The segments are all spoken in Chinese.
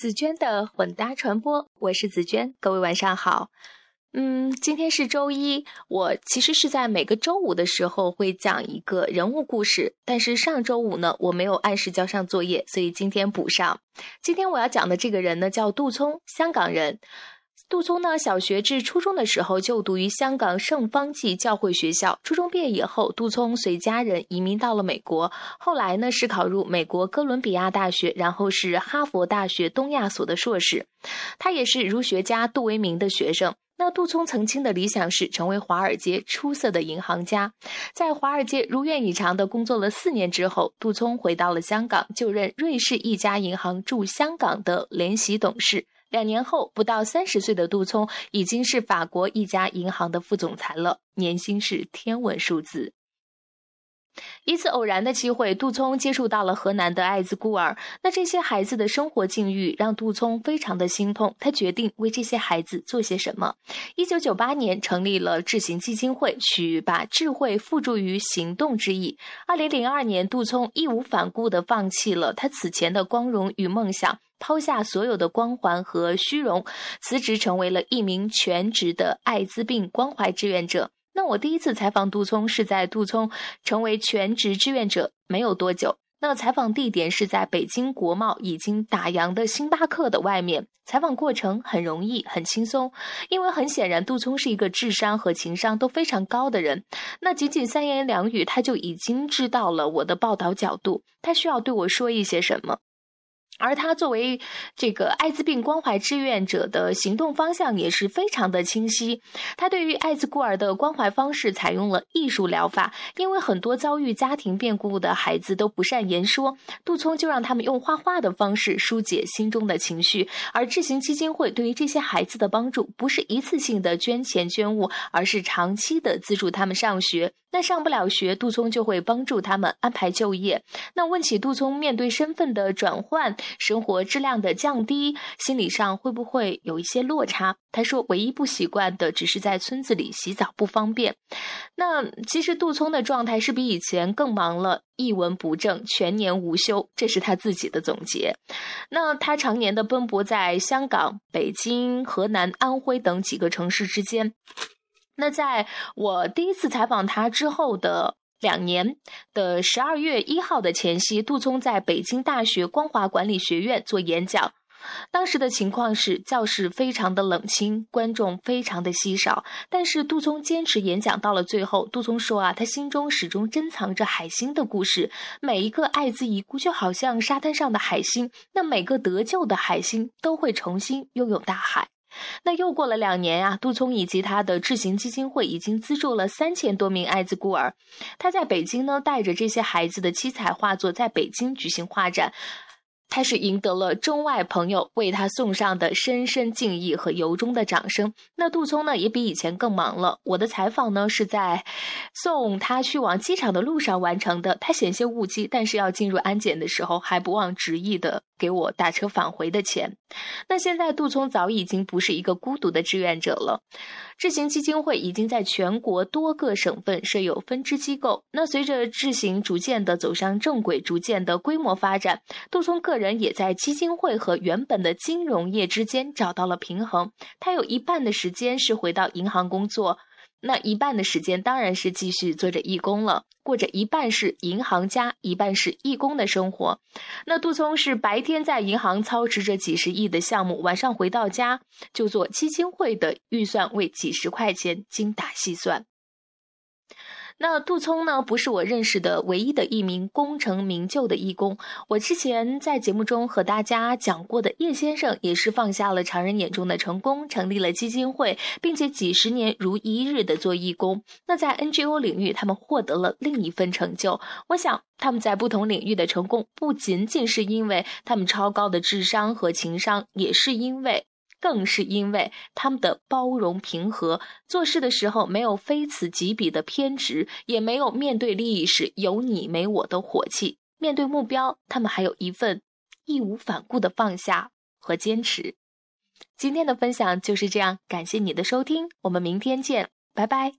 紫娟的混搭传播，我是紫娟，各位晚上好。今天是周一，我其实是在每个周五的时候会讲一个人物故事，但是上周五呢，我没有按时交上作业，所以今天补上。今天我要讲的这个人呢，叫杜聪，香港人。杜聪呢，小学至初中的时候就读于香港圣方济教会学校。初中毕业以后，杜聪随家人移民到了美国。后来呢，是考入美国哥伦比亚大学，然后是哈佛大学东亚所的硕士。他也是儒学家杜维明的学生。那杜聪曾经的理想是成为华尔街出色的银行家。在华尔街如愿以偿地工作了4年之后，杜聪回到了香港，就任瑞士一家银行驻香港的联席董事。2年后，不到30岁的杜聪已经是法国一家银行的副总裁了，年薪是天文数字。一次偶然的机会，杜聪接触到了河南的艾滋孤儿。那这些孩子的生活境遇让杜聪非常的心痛，他决定为这些孩子做些什么。1998年成立了智行基金会，取把智慧付诸于行动之意。2002年，杜聪义无反顾地放弃了他此前的光荣与梦想，抛下所有的光环和虚荣，辞职成为了一名全职的艾滋病关怀志愿者。那我第一次采访杜聪是在杜聪成为全职志愿者没有多久，那采访地点是在北京国贸已经打烊的星巴克的外面。采访过程很容易很轻松，因为很显然杜聪是一个智商和情商都非常高的人。那仅仅3言2语他就已经知道了我的报道角度，他需要对我说一些什么。而他作为这个艾滋病关怀志愿者的行动方向也是非常的清晰。他对于艾滋孤儿的关怀方式采用了艺术疗法，因为很多遭遇家庭变故的孩子都不善言说，杜聪就让他们用画画的方式疏解心中的情绪。而智行基金会对于这些孩子的帮助不是一次性的捐钱捐物，而是长期的资助他们上学。那上不了学，杜聪就会帮助他们安排就业。那问起杜聪面对身份的转换，生活质量的降低，心理上会不会有一些落差？他说唯一不习惯的只是在村子里洗澡不方便。那其实杜聪的状态是比以前更忙了，一文不正，全年无休，这是他自己的总结。那他常年的奔波在香港、北京、河南、安徽等几个城市之间。那在我第一次采访他之后的2年的12月1号的前夕，杜聪在北京大学光华管理学院做演讲。当时的情况是教室非常的冷清，观众非常的稀少，但是杜聪坚持演讲到了最后。杜聪说他心中始终珍藏着海星的故事，每一个艾滋遗孤就好像沙滩上的海星，那每个得救的海星都会重新拥有大海。那又过了2年杜聪以及他的智行基金会已经资助了3000多名艾滋孤儿。他在北京呢，带着这些孩子的七彩画作在北京举行画展。他是赢得了中外朋友为他送上的深深敬意和由衷的掌声。那杜聪呢，也比以前更忙了。我的采访呢，是在送他去往机场的路上完成的。他险些误机，但是要进入安检的时候，还不忘执意的给我打车返回的钱。那现在杜聪早已经不是一个孤独的志愿者了。智行基金会已经在全国多个省份设有分支机构。那随着智行逐渐的走上正轨，逐渐的规模发展，杜聪个人也在基金会和原本的金融业之间找到了平衡。他有一半的时间是回到银行工作，那一半的时间当然是继续做着义工了，过着一半是银行家一半是义工的生活。那杜聪是白天在银行操持着几十亿的项目，晚上回到家就做基金会的预算，为几十块钱精打细算。那杜聪呢，不是我认识的唯一的一名功成名就的义工。我之前在节目中和大家讲过的叶先生，也是放下了常人眼中的成功，成立了基金会，并且几十年如一日的做义工。那在 NGO 领域，他们获得了另一份成就。我想他们在不同领域的成功，不仅仅是因为他们超高的智商和情商，更是因为他们的包容平和，做事的时候没有非此即彼的偏执，也没有面对利益时有你没我的火气。面对目标，他们还有一份义无反顾的放下和坚持。今天的分享就是这样，感谢你的收听，我们明天见，拜拜。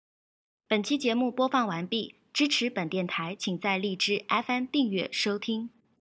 本期节目播放完毕，支持本电台请在荔枝 FM 订阅收听。